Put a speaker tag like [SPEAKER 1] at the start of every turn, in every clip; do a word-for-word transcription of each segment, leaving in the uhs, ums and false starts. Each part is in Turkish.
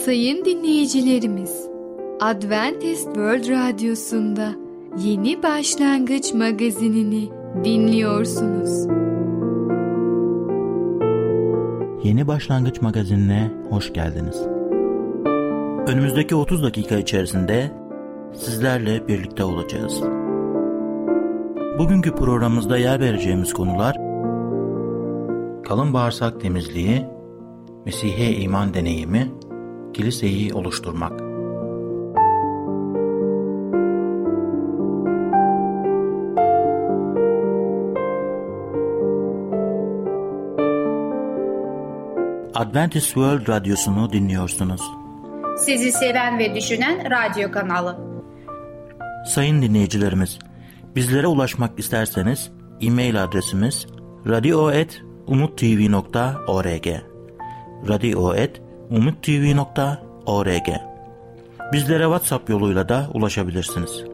[SPEAKER 1] Sayın dinleyicilerimiz, Adventist World Radyosu'nda Yeni Başlangıç Magazinini dinliyorsunuz.
[SPEAKER 2] Yeni Başlangıç Magazinine hoş geldiniz. Önümüzdeki otuz dakika içerisinde sizlerle birlikte olacağız. Bugünkü programımızda yer vereceğimiz konular: kalın bağırsak temizliği, Mesih'e iman deneyimi, kiliseyi oluşturmak. Adventist World Radyosu'nu dinliyorsunuz.
[SPEAKER 3] Sizi seven ve düşünen radyo kanalı.
[SPEAKER 2] Sayın dinleyicilerimiz, bizlere ulaşmak isterseniz e-mail adresimiz radio et umuttv nokta org radio et umuttv nokta org. Bizlere WhatsApp yoluyla da ulaşabilirsiniz.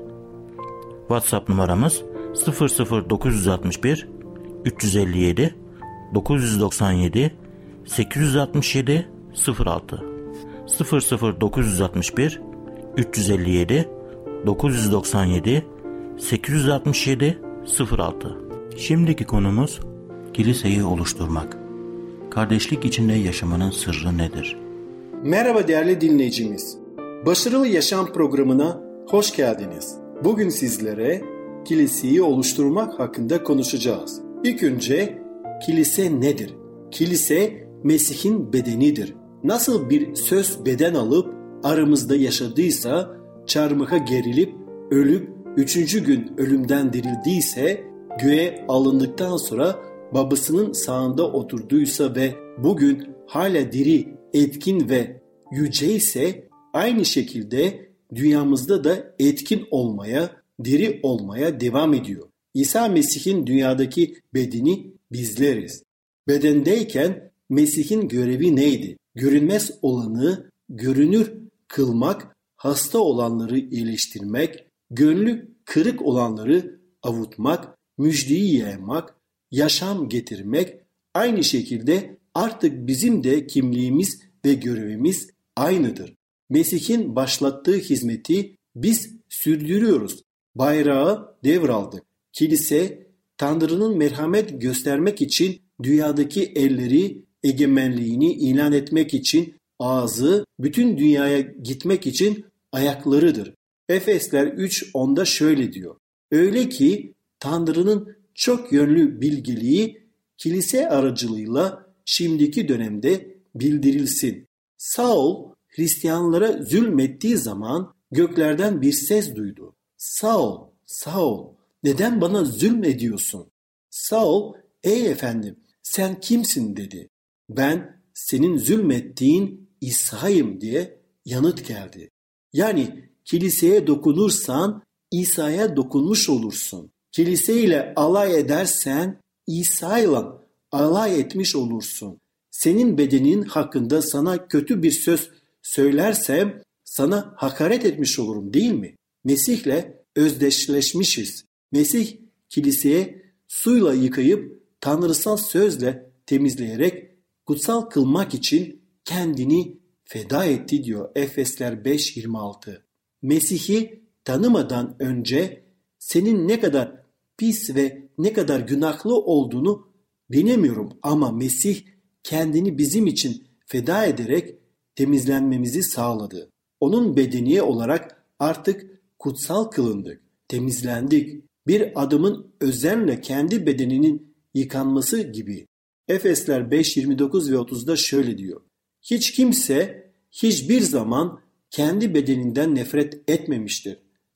[SPEAKER 2] WhatsApp numaramız sıfır sıfır dokuz altı bir üç yüz elli yedi dokuz doksan yedi sekiz yüz altmış yedi sıfır altı sıfır sıfır dokuz altı bir üç yüz elli yedi dokuz doksan yedi sekiz yüz altmış yedi sıfır altı. Şimdiki konumuz kiliseyi oluşturmak. Kardeşlik içinde yaşamanın sırrı nedir?
[SPEAKER 4] Merhaba değerli dinleyicimiz. Başarılı Yaşam programına hoş geldiniz. Bugün sizlere kiliseyi oluşturmak hakkında konuşacağız. İlk önce kilise nedir? Kilise Mesih'in bedenidir. Nasıl bir söz beden alıp aramızda yaşadıysa, çarmıha gerilip ölüp üçüncü gün ölümden dirildiyse, göğe alındıktan sonra babasının sağında oturduysa ve bugün hala diri, etkin ve yüce ise, aynı şekilde dünyamızda da etkin olmaya, diri olmaya devam ediyor. İsa Mesih'in dünyadaki bedeni bizleriz. Bedendeyken Mesih'in görevi neydi? Görünmez olanı görünür kılmak, hasta olanları iyileştirmek, gönlü kırık olanları avutmak, müjdeyi yaymak, yaşam getirmek. Aynı şekilde artık bizim de kimliğimiz ve görevimiz aynıdır. Mesih'in başlattığı hizmeti biz sürdürüyoruz. Bayrağı devraldık. Kilise, Tanrı'nın merhamet göstermek için dünyadaki elleri, egemenliğini ilan etmek için ağzı, bütün dünyaya gitmek için ayaklarıdır. Efesler üç onda şöyle diyor: öyle ki Tanrı'nın çok yönlü bilgeliği kilise aracılığıyla şimdiki dönemde bildirilsin. Saul Hristiyanlara zulmettiği zaman göklerden bir ses duydu. Saul, Saul, neden bana zulmediyorsun? Saul, ey efendim, sen kimsin dedi. Ben senin zulmettiğin İsa'yım diye yanıt geldi. Yani kiliseye dokunursan İsa'ya dokunmuş olursun. Kiliseyle alay edersen İsa'yla alay etmiş olursun. Senin bedenin hakkında sana kötü bir söz söylersem sana hakaret etmiş olurum, değil mi? Mesih'le özdeşleşmişiz. Mesih kiliseye suyla yıkayıp tanrısal sözle temizleyerek kutsal kılmak için kendini feda etti diyor Efesler beş yirmi altı. Mesih'i tanımadan önce senin ne kadar pis ve ne kadar günahlı olduğunu bilemiyorum ama Mesih kendini bizim için feda ederek temizlenmemizi sağladı. Onun bedeni olarak artık kutsal kılındık, temizlendik. Bir adamın özenle kendi bedeninin yıkanması gibi. Efesler beş yirmi dokuz ve otuzda şöyle diyor: hiç kimse hiçbir zaman kendi bedeninden nefret etmemiştir.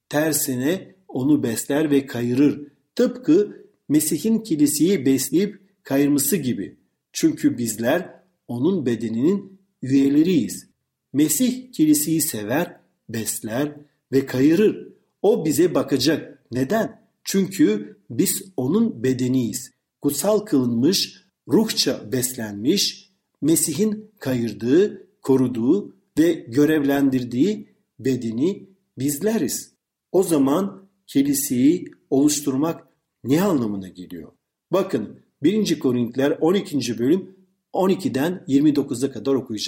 [SPEAKER 4] Tersine onu besler ve kayırır. Tıpkı Mesih'in kiliseyi besleyip kayırması gibi. Çünkü bizler onun bedeninin üyeleriyiz. Mesih kiliseyi sever, besler ve kayırır. O bize bakacak. Neden? Çünkü biz onun bedeniyiz. Kutsal kılınmış, ruhça beslenmiş, Mesih'in kayırdığı, koruduğu ve görevlendirdiği bedeni bizleriz. O zaman kiliseyi oluşturmak ne anlamına geliyor? Bakın birinci Korintiler on ikinci bölüm on ikiden yirmi dokuza kadar okuyacağım.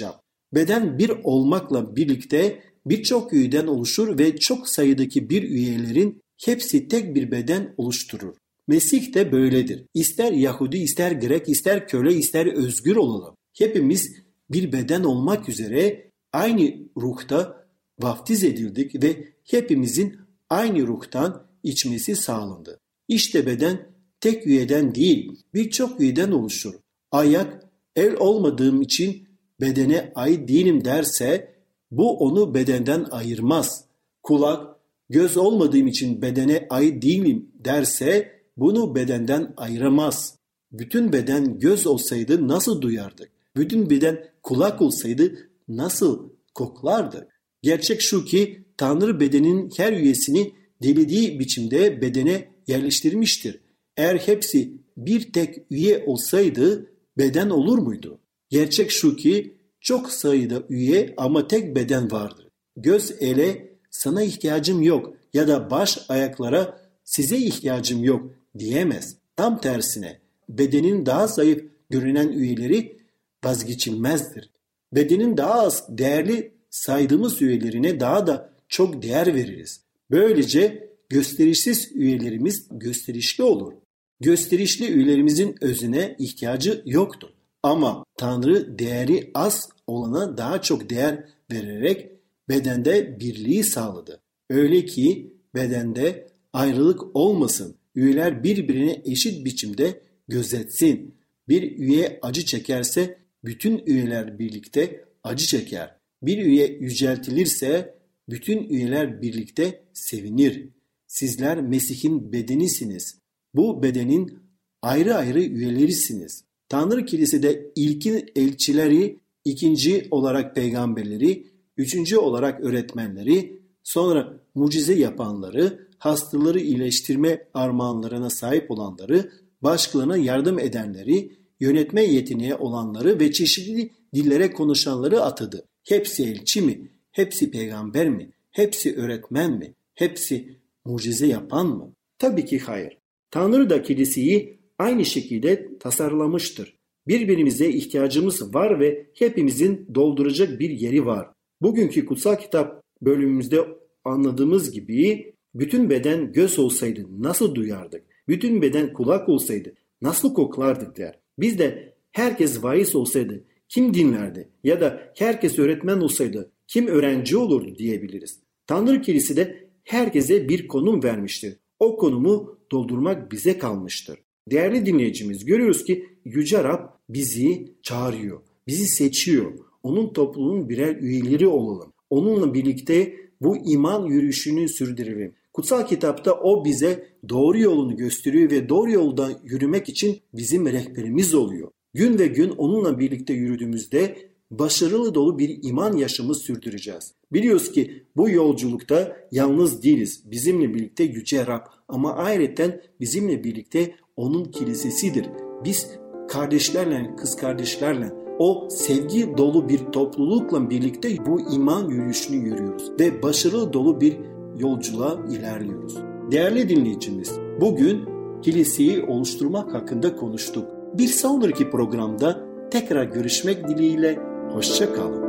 [SPEAKER 4] Beden bir olmakla birlikte birçok üyeden oluşur ve çok sayıdaki bir üyelerin hepsi tek bir beden oluşturur. Mesih de böyledir. İster Yahudi, ister Grek, ister köle, ister özgür olalım. Hepimiz bir beden olmak üzere aynı ruhta vaftiz edildik ve hepimizin aynı ruhtan içmesi sağlandı. İşte beden tek üyeden değil, birçok üyeden oluşur. Ayak, el olmadığım için bedene ait değilim derse bu onu bedenden ayırmaz. Kulak, göz olmadığım için bedene ait değilim derse bunu bedenden ayıramaz. Bütün beden göz olsaydı nasıl duyardık? Bütün beden kulak olsaydı nasıl koklardık? Gerçek şu ki Tanrı bedenin her üyesini dilediği biçimde bedene yerleştirmiştir. Eğer hepsi bir tek üye olsaydı beden olur muydu? Gerçek şu ki çok sayıda üye ama tek beden vardır. Göz ele sana ihtiyacım yok ya da baş ayaklara size ihtiyacım yok diyemez. Tam tersine bedenin daha zayıf görünen üyeleri vazgeçilmezdir. Bedenin daha az değerli saydığımız üyelerine daha da çok değer veririz. Böylece gösterişsiz üyelerimiz gösterişli olur. Gösterişli üyelerimizin özüne ihtiyacı yoktur. Ama Tanrı değeri az olana daha çok değer vererek bedende birliği sağladı. Öyle ki bedende ayrılık olmasın. Üyeler birbirine eşit biçimde gözetsin. Bir üye acı çekerse bütün üyeler birlikte acı çeker. Bir üye yüceltilirse bütün üyeler birlikte sevinir. Sizler Mesih'in bedenisiniz. Bu bedenin ayrı ayrı üyelerisiniz. Tanrı Kilisesi'de ilkin elçileri, ikinci olarak peygamberleri, üçüncü olarak öğretmenleri, sonra mucize yapanları, hastaları iyileştirme armağanlarına sahip olanları, başkalarına yardım edenleri, yönetme yeteneği olanları ve çeşitli dillere konuşanları atadı. Hepsi elçi mi? Hepsi peygamber mi? Hepsi öğretmen mi? Hepsi mucize yapan mı? Tabii ki hayır. Tanrı da kiliseyi aynı şekilde tasarlamıştır. Birbirimize ihtiyacımız var ve hepimizin dolduracak bir yeri var. Bugünkü kutsal kitap bölümümüzde anladığımız gibi bütün beden göz olsaydı nasıl duyardık? Bütün beden kulak olsaydı nasıl koklardık der. Biz de herkes vaiz olsaydı kim dinlerdi? Ya da herkes öğretmen olsaydı kim öğrenci olurdu diyebiliriz. Tanrı Kilisesi de herkese bir konum vermiştir. O konumu doldurmak bize kalmıştır. Değerli dinleyicimiz, görüyoruz ki Yüce Rab bizi çağırıyor, bizi seçiyor. Onun topluluğunun birer üyeleri olalım. Onunla birlikte bu iman yürüyüşünü sürdürelim. Kutsal kitapta o bize doğru yolunu gösteriyor ve doğru yolda yürümek için bizim rehberimiz oluyor. Gün ve gün onunla birlikte yürüdüğümüzde başarılı dolu bir iman yaşamı sürdüreceğiz. Biliyoruz ki bu yolculukta yalnız değiliz. Bizimle birlikte Yüce Rab ama ayrıca bizimle birlikte onun kilisesidir. Biz kardeşlerle, kız kardeşlerle o sevgi dolu bir toplulukla birlikte bu iman yürüyüşünü yürüyoruz ve başarılı dolu bir yolculuğa ilerliyoruz. Değerli dinleyicimiz, bugün kiliseyi oluşturmak hakkında konuştuk. Bir sonraki programda tekrar görüşmek dileğiyle, hoşça kalın.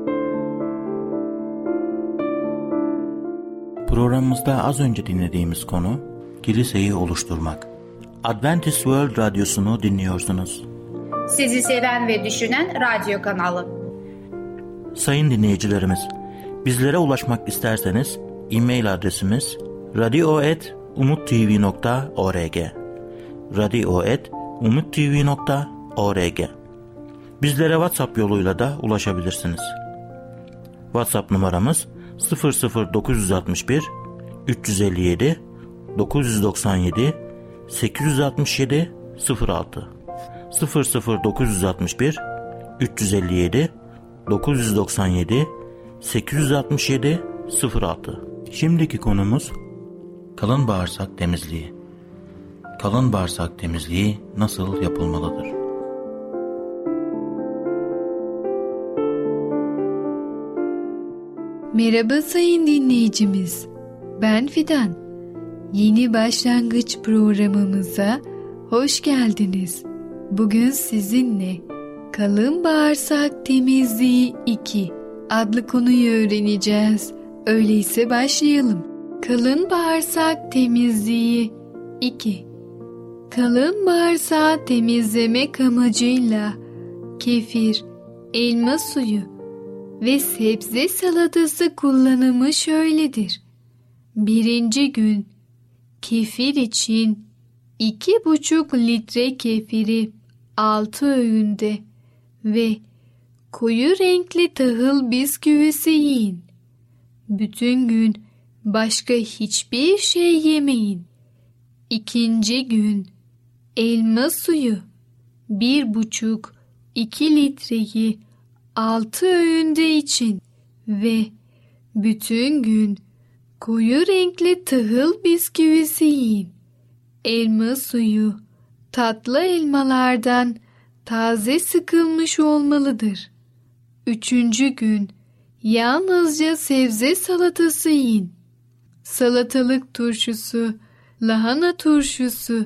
[SPEAKER 2] Programımızda az önce dinlediğimiz konu kiliseyi oluşturmak. Adventist World Radyosu'nu dinliyorsunuz.
[SPEAKER 3] Sizi seven ve düşünen radyo kanalı.
[SPEAKER 2] Sayın dinleyicilerimiz, bizlere ulaşmak isterseniz e-mail adresimiz radio et umuttv nokta org radio et umuttv nokta org. Bizlere WhatsApp yoluyla da ulaşabilirsiniz. WhatsApp numaramız sıfır sıfır dokuz altı bir üç elli yedi dokuz doksan yedi sekiz altı yedi sıfır altı sıfır sıfır dokuz altı bir üç elli yedi dokuz doksan yedi sekiz altı yedi sıfır altı. Şimdiki konumuz kalın bağırsak temizliği. Kalın bağırsak temizliği nasıl yapılmalıdır?
[SPEAKER 1] Merhaba sayın dinleyicimiz. Ben Fidan. Yeni başlangıç programımıza hoş geldiniz. Bugün sizinle Kalın bağırsak temizliği iki adlı konuyu öğreneceğiz. Öyleyse başlayalım. Kalın bağırsak temizliği iki. Kalın bağırsağı temizlemek amacıyla kefir, elma suyu ve sebze salatası kullanımı şöyledir. Birinci gün kefir için iki buçuk litre kefiri altı öğünde ve koyu renkli tahıl bisküvisi yiyin. Bütün gün başka hiçbir şey yemeyin. İkinci gün elma suyu bir buçuk iki litreyi altı öğünde için ve bütün gün koyu renkli tahıl bisküvisi yiyin. Elma suyu tatlı elmalardan taze sıkılmış olmalıdır. Üçüncü gün yalnızca sebze salatası yiyin. Salatalık turşusu, lahana turşusu,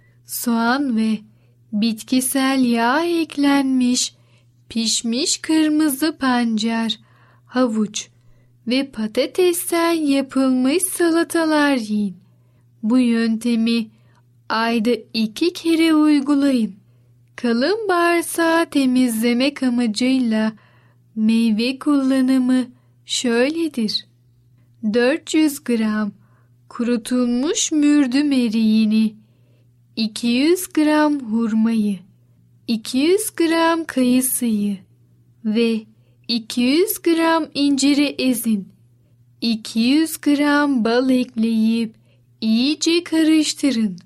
[SPEAKER 1] soğan ve bitkisel yağ eklenmiş, pişmiş kırmızı pancar, havuç ve patatesten yapılmış salatalar yiyin. Bu yöntemi ayda iki kere uygulayın. Kalın bağırsağı temizlemek amacıyla meyve kullanımı şöyledir. dört yüz gram kurutulmuş mürdüm eriğini, iki yüz gram hurmayı, iki yüz gram kayısıyı ve iki yüz gram inciri ezin. iki yüz gram bal ekleyip iyice karıştırın.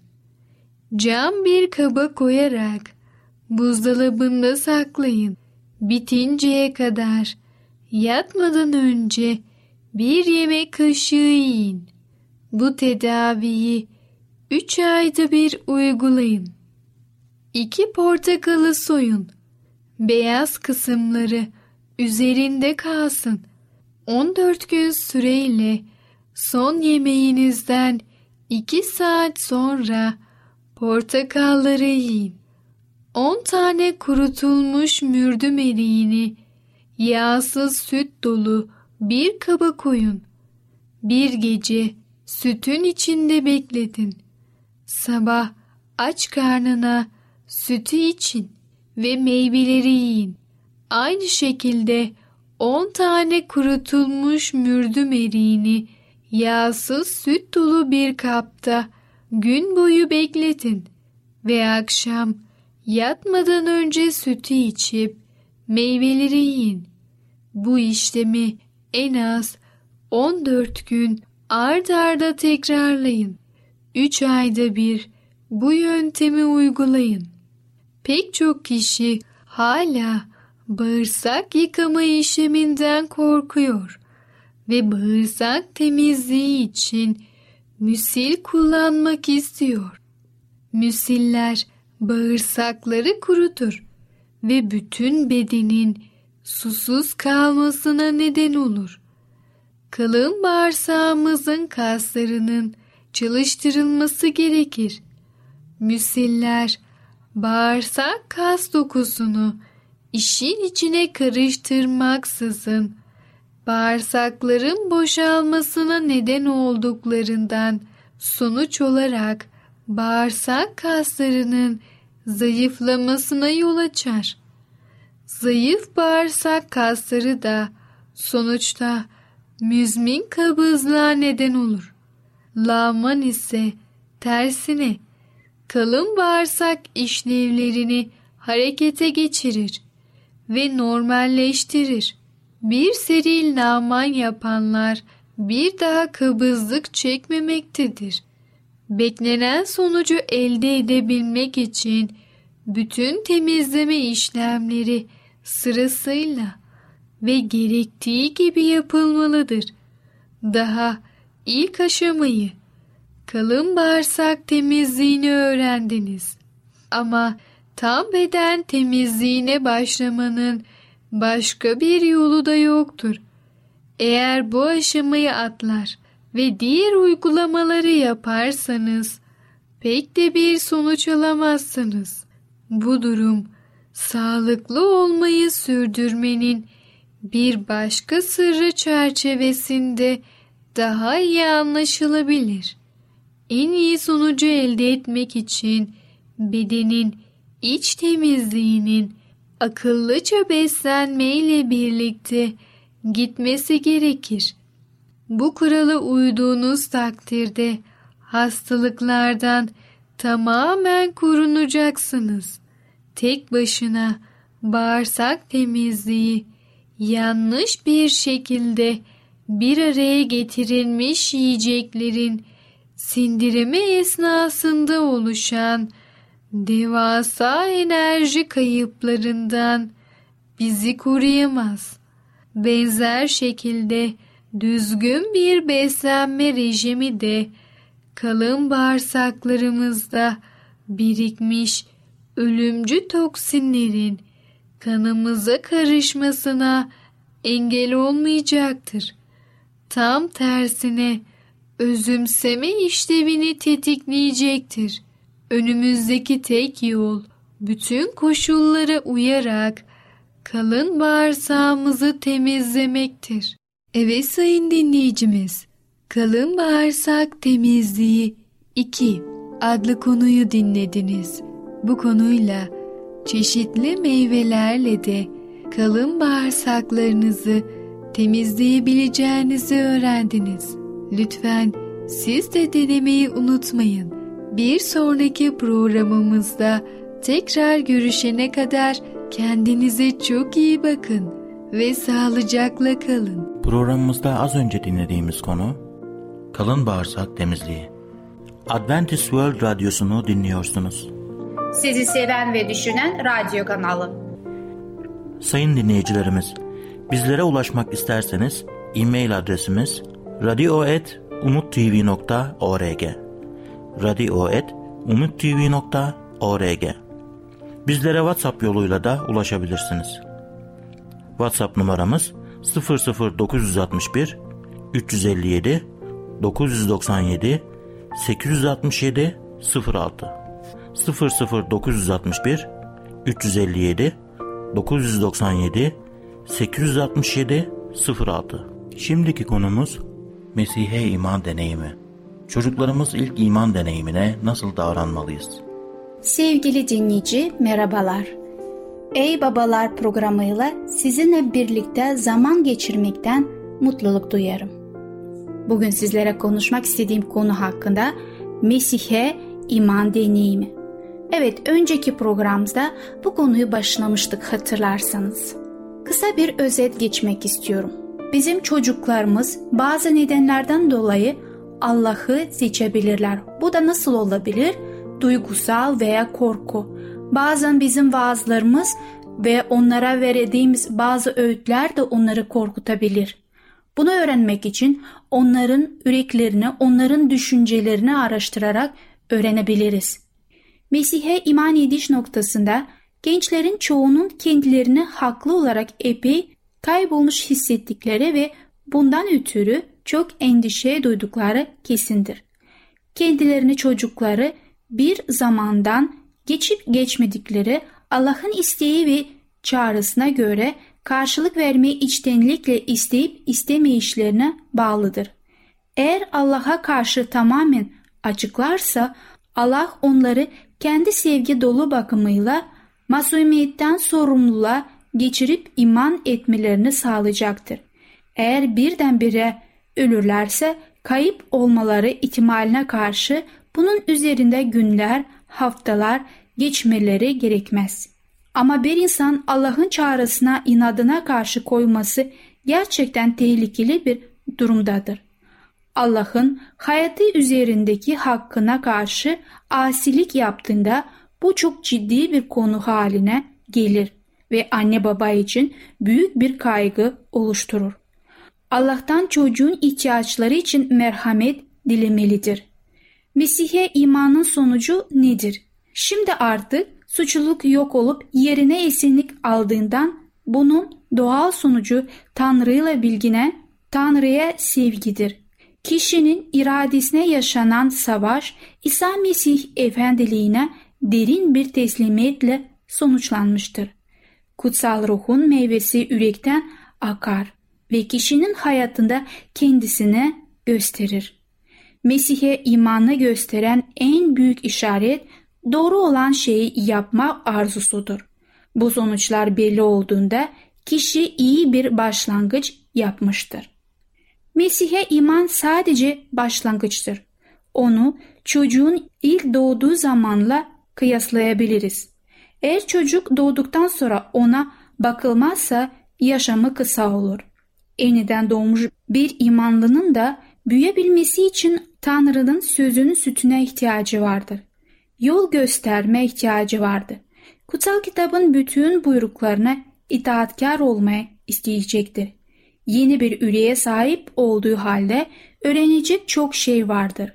[SPEAKER 1] Cam bir kaba koyarak buzdolabında saklayın. Bitinceye kadar yatmadan önce bir yemek kaşığı yiyin. Bu tedaviyi üç ayda bir uygulayın. iki portakalı soyun. Beyaz kısımları üzerinde kalsın. on dört gün süreyle son yemeğinizden iki saat sonra portakalları yiyin. on tane kurutulmuş mürdüm eriğini yağsız süt dolu bir kaba koyun. Bir gece sütün içinde bekletin. Sabah aç karnına sütü için ve meyveleri yiyin. Aynı şekilde on tane kurutulmuş mürdüm eriğini yağsız süt dolu bir kapta gün boyu bekletin ve akşam yatmadan önce sütü içip meyveleri yiyin. Bu işlemi en az on dört gün ard arda tekrarlayın. üç ayda bir bu yöntemi uygulayın. Pek çok kişi hala bağırsak yıkama işleminden korkuyor ve bağırsak temizliği için müsil kullanmak istiyor. Müsiller bağırsakları kurutur ve bütün bedenin susuz kalmasına neden olur. Kalın bağırsağımızın kaslarının çalıştırılması gerekir. Müsiller bağırsak kas dokusunu işin içine karıştırmaksızın bağırsakların boşalmasına neden olduklarından sonuç olarak bağırsak kaslarının zayıflamasına yol açar. Zayıf bağırsak kasları da sonuçta müzmin kabızlığa neden olur. Lağman ise tersine kalın bağırsak işlevlerini harekete geçirir ve normalleştirir. Bir seri lağman yapanlar bir daha kabızlık çekmemektedir. Beklenen sonucu elde edebilmek için bütün temizleme işlemleri sırasıyla ve gerektiği gibi yapılmalıdır. Daha ilk aşamayı, kalın bağırsak temizliğini öğrendiniz. Ama tam beden temizliğine başlamanın başka bir yolu da yoktur. Eğer bu aşamayı atlar ve diğer uygulamaları yaparsanız pek de bir sonuç alamazsınız. Bu durum sağlıklı olmayı sürdürmenin bir başka sırrı çerçevesinde daha iyi anlaşılabilir. En iyi sonucu elde etmek için bedenin iç temizliğinin akıllıca beslenmeyle birlikte gitmesi gerekir. Bu kurala uyduğunuz takdirde hastalıklardan tamamen korunacaksınız. Tek başına bağırsak temizliği yanlış bir şekilde bir araya getirilmiş yiyeceklerin sindirimi esnasında oluşan devasa enerji kayıplarından bizi koruyamaz. Benzer şekilde düzgün bir beslenme rejimi de kalın bağırsaklarımızda birikmiş ölümcül toksinlerin kanımıza karışmasına engel olmayacaktır. Tam tersine özümseme işlevini tetikleyecektir. Önümüzdeki tek yol bütün koşullara uyarak kalın bağırsağımızı temizlemektir. Evet sayın dinleyicimiz, kalın bağırsak temizliği iki adlı konuyu dinlediniz. Bu konuyla çeşitli meyvelerle de kalın bağırsaklarınızı temizleyebileceğinizi öğrendiniz. Lütfen siz de denemeyi unutmayın. Bir sonraki programımızda tekrar görüşene kadar kendinize çok iyi bakın ve sağlıcakla kalın.
[SPEAKER 2] Programımızda az önce dinlediğimiz konu kalın bağırsak temizliği. Adventist World Radyosu'nu dinliyorsunuz.
[SPEAKER 3] Sizi seven ve düşünen radyo kanalı.
[SPEAKER 2] Sayın dinleyicilerimiz, bizlere ulaşmak isterseniz e-mail adresimiz radio et umuttv nokta org radio et umuttv nokta org. Bizlere WhatsApp yoluyla da ulaşabilirsiniz. WhatsApp numaramız sıfır sıfır dokuz altı bir üç yüz elli yedi dokuz yüz doksan yedi sekiz yüz altmış yedi sıfır altı sıfır sıfır dokuz altı bir üç yüz elli yedi dokuz yüz doksan yedi sekiz yüz altmış yedi sıfır altı. Şimdiki konumuz Mesih'e iman deneyimi. Çocuklarımız ilk iman deneyimine nasıl davranmalıyız?
[SPEAKER 5] Sevgili dinleyici, merhabalar. Ey Babalar programıyla sizinle birlikte zaman geçirmekten mutluluk duyarım. Bugün sizlere konuşmak istediğim konu hakkında Mesih'e iman deneyimi. Evet, önceki programda bu konuyu başlamıştık hatırlarsanız. Kısa bir özet geçmek istiyorum. Bizim çocuklarımız bazı nedenlerden dolayı Allah'ı seçebilirler. Bu da nasıl olabilir? Duygusal veya korku. Bazen bizim vaazlarımız ve onlara verdiğimiz bazı öğütler de onları korkutabilir. Bunu öğrenmek için onların yüreklerini, onların düşüncelerini araştırarak öğrenebiliriz. Mesih'e iman ediş noktasında gençlerin çoğunun kendilerini haklı olarak epey kaybolmuş hissettikleri ve bundan ötürü çok endişe duydukları kesindir. Kendilerini çocukları bir zamandan geçip geçmedikleri Allah'ın isteği ve çağrısına göre karşılık vermeyi içtenlikle isteyip istemeyişlerine bağlıdır. Eğer Allah'a karşı tamamen açıklarsa Allah onları kendi sevgi dolu bakımıyla masumiyetten sorumluluğa geçirip iman etmelerini sağlayacaktır. Eğer birdenbire ölürlerse kayıp olmaları ihtimaline karşı bunun üzerinde günler, haftalar geçmeleri gerekmez. Ama bir insan Allah'ın çağrısına inadına karşı koyması gerçekten tehlikeli bir durumdadır. Allah'ın hayatı üzerindeki hakkına karşı asilik yaptığında bu çok ciddi bir konu haline gelir ve anne baba için büyük bir kaygı oluşturur. Allah'tan çocuğun ihtiyaçları için merhamet dilemelidir. Mesih'e imanın sonucu nedir? Şimdi artık suçluluk yok olup yerine esinlik aldığından bunun doğal sonucu Tanrı'yla bilgine, Tanrı'ya sevgidir. Kişinin iradesine yaşanan savaş İsa Mesih efendiliğine derin bir teslimiyetle sonuçlanmıştır. Kutsal ruhun meyvesi yürekten akar ve kişinin hayatında kendisini gösterir. Mesih'e imanı gösteren en büyük işaret doğru olan şeyi yapma arzusudur. Bu sonuçlar belli olduğunda kişi iyi bir başlangıç yapmıştır. Mesih'e iman sadece başlangıçtır. Onu çocuğun ilk doğduğu zamanla kıyaslayabiliriz. Eğer çocuk doğduktan sonra ona bakılmazsa yaşamı kısa olur. Yeniden doğmuş bir imanlının da büyüyebilmesi için Tanrı'nın sözünün sütüne ihtiyacı vardır. Yol gösterme ihtiyacı vardır. Kutsal kitabın bütün buyruklarına itaatkar olmaya isteyecektir. Yeni bir yüreğe sahip olduğu halde öğrenecek çok şey vardır.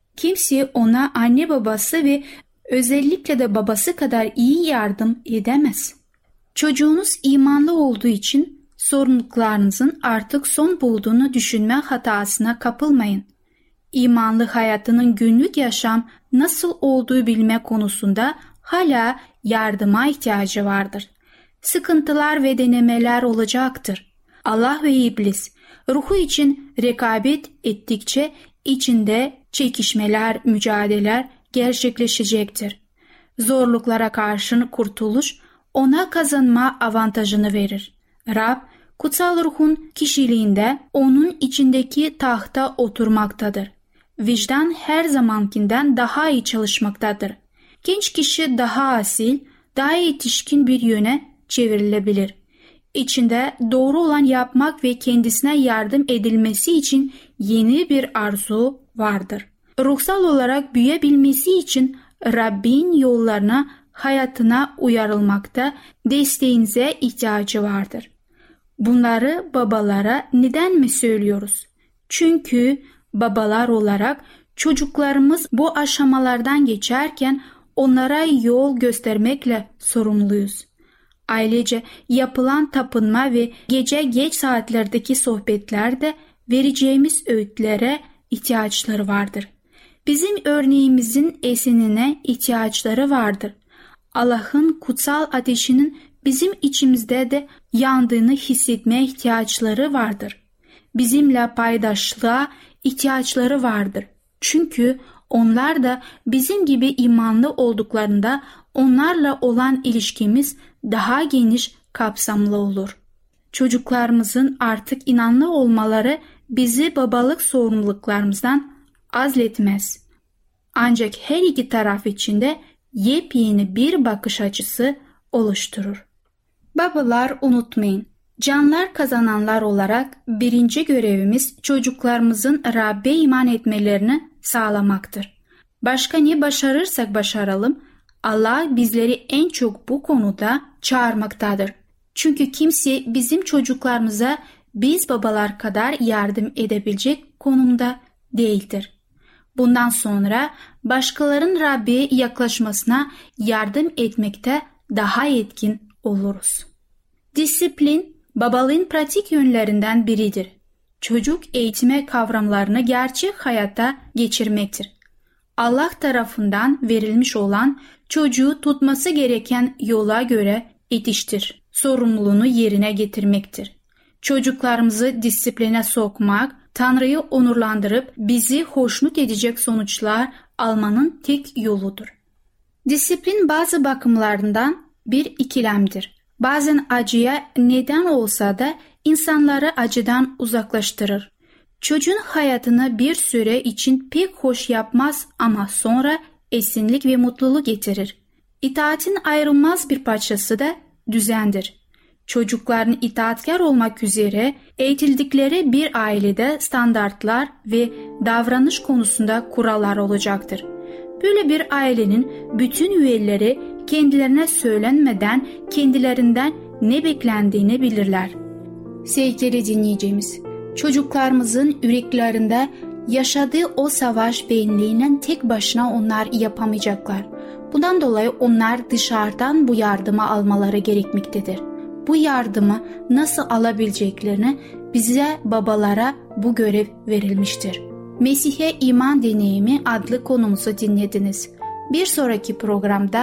[SPEAKER 5] Kimse ona anne babası ve özellikle de babası kadar iyi yardım edemez. Çocuğunuz imanlı olduğu için sorumluluklarınızın artık son bulduğunu düşünme hatasına kapılmayın. İmanlı hayatının günlük yaşam nasıl olduğu bilme konusunda hala yardıma ihtiyacı vardır. Sıkıntılar ve denemeler olacaktır. Allah ve iblis ruhu için rekabet ettikçe içinde çekişmeler, mücadeleler gerçekleşecektir. Zorluklara karşın kurtuluş ona kazanma avantajını verir. Rab, kutsal ruhun kişiliğinde onun içindeki tahta oturmaktadır. Vicdan her zamankinden daha iyi çalışmaktadır. Genç kişi daha asil, daha yetişkin bir yöne çevrilebilir. İçinde doğru olan yapmak ve kendisine yardım edilmesi için yeni bir arzu vardır. Ruhsal olarak büyüyebilmesi için Rabbin yollarına, hayatına uyarılmakta desteğinize ihtiyacı vardır. Bunları babalara neden mi söylüyoruz? Çünkü babalar olarak çocuklarımız bu aşamalardan geçerken onlara yol göstermekle sorumluyuz. Ailece yapılan tapınma ve gece geç saatlerdeki sohbetlerde vereceğimiz öğütlere ihtiyaçları vardır. Bizim örneğimizin esinine ihtiyaçları vardır. Allah'ın kutsal ateşinin bizim içimizde de yandığını hissetmeye ihtiyaçları vardır. Bizimle paydaşlığa ihtiyaçları vardır. Çünkü onlar da bizim gibi imanlı olduklarında onlarla olan ilişkimiz daha geniş, kapsamlı olur. Çocuklarımızın artık inanlı olmaları bizi babalık sorumluluklarımızdan azletmez. Ancak her iki taraf için de yepyeni bir bakış açısı oluşturur. Babalar unutmayın, canlar kazananlar olarak birinci görevimiz çocuklarımızın Rabbe iman etmelerini sağlamaktır. Başka ne başarırsak başaralım, Allah bizleri en çok bu konuda çağırmaktadır. Çünkü kimse bizim çocuklarımıza biz babalar kadar yardım edebilecek konumda değildir. Bundan sonra başkalarının Rabbe yaklaşmasına yardım etmekte daha etkin oluruz. Disiplin, babalığın pratik yönlerinden biridir. Çocuk eğitime kavramlarını gerçek hayata geçirmektir. Allah tarafından verilmiş olan çocuğu tutması gereken yola göre yetiştir, sorumluluğunu yerine getirmektir. Çocuklarımızı disipline sokmak, Tanrı'yı onurlandırıp bizi hoşnut edecek sonuçlar almanın tek yoludur. Disiplin bazı bakımlarından bir ikilemdir. Bazen acıya neden olsa da insanları acıdan uzaklaştırır. Çocuğun hayatını bir süre için pek hoş yapmaz ama sonra esinlik ve mutluluk getirir. İtaatin ayrılmaz bir parçası da düzendir. Çocukların itaatkar olmak üzere eğitildikleri bir ailede standartlar ve davranış konusunda kurallar olacaktır. Böyle bir ailenin bütün üyeleri kendilerine söylenmeden kendilerinden ne beklendiğini bilirler. Sevgili dinleyicimiz, çocuklarımızın yüreklerinde yaşadığı o savaş benliğinin tek başına onlar yapamayacaklar. Bundan dolayı onlar dışarıdan bu yardımı almaları gerekmektedir. Bu yardımı nasıl alabileceklerini bize babalara bu görev verilmiştir. Mesih'e iman deneyimi adlı konumuzu dinlediniz. Bir sonraki programda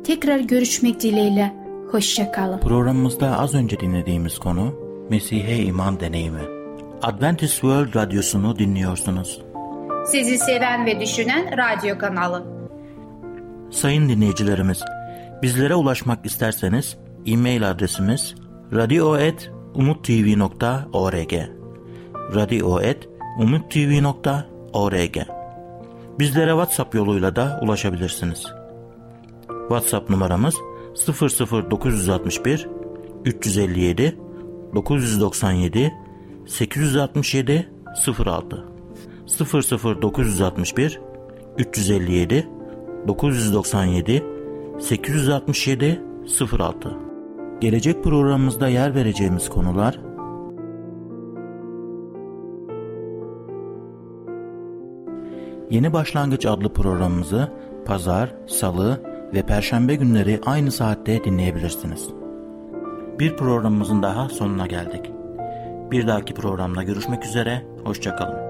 [SPEAKER 5] tekrar görüşmek dileğiyle. Hoşça kalın.
[SPEAKER 2] Programımızda az önce dinlediğimiz konu Mesih'e iman deneyimi. Adventist World Radyosu'nu dinliyorsunuz.
[SPEAKER 3] Sizi seven ve düşünen radyo kanalı.
[SPEAKER 2] Sayın dinleyicilerimiz, bizlere ulaşmak isterseniz e-mail adresimiz radio et umuttv nokta org radio et umuttv nokta org. Bizlere WhatsApp yoluyla da ulaşabilirsiniz. WhatsApp numaramız sıfır sıfır dokuz altı bir üç elli yedi dokuz doksan yedi sekiz altı yedi sıfır altı sıfır sıfır dokuz altı bir üç elli yedi dokuz doksan yedi sekiz altı yedi sıfır altı. Gelecek programımızda yer vereceğimiz konular: Yeni Başlangıç adlı programımızı Pazar, Salı ve Perşembe günleri aynı saatte dinleyebilirsiniz. Bir programımızın daha sonuna geldik. Bir dahaki programda görüşmek üzere, hoşça kalın.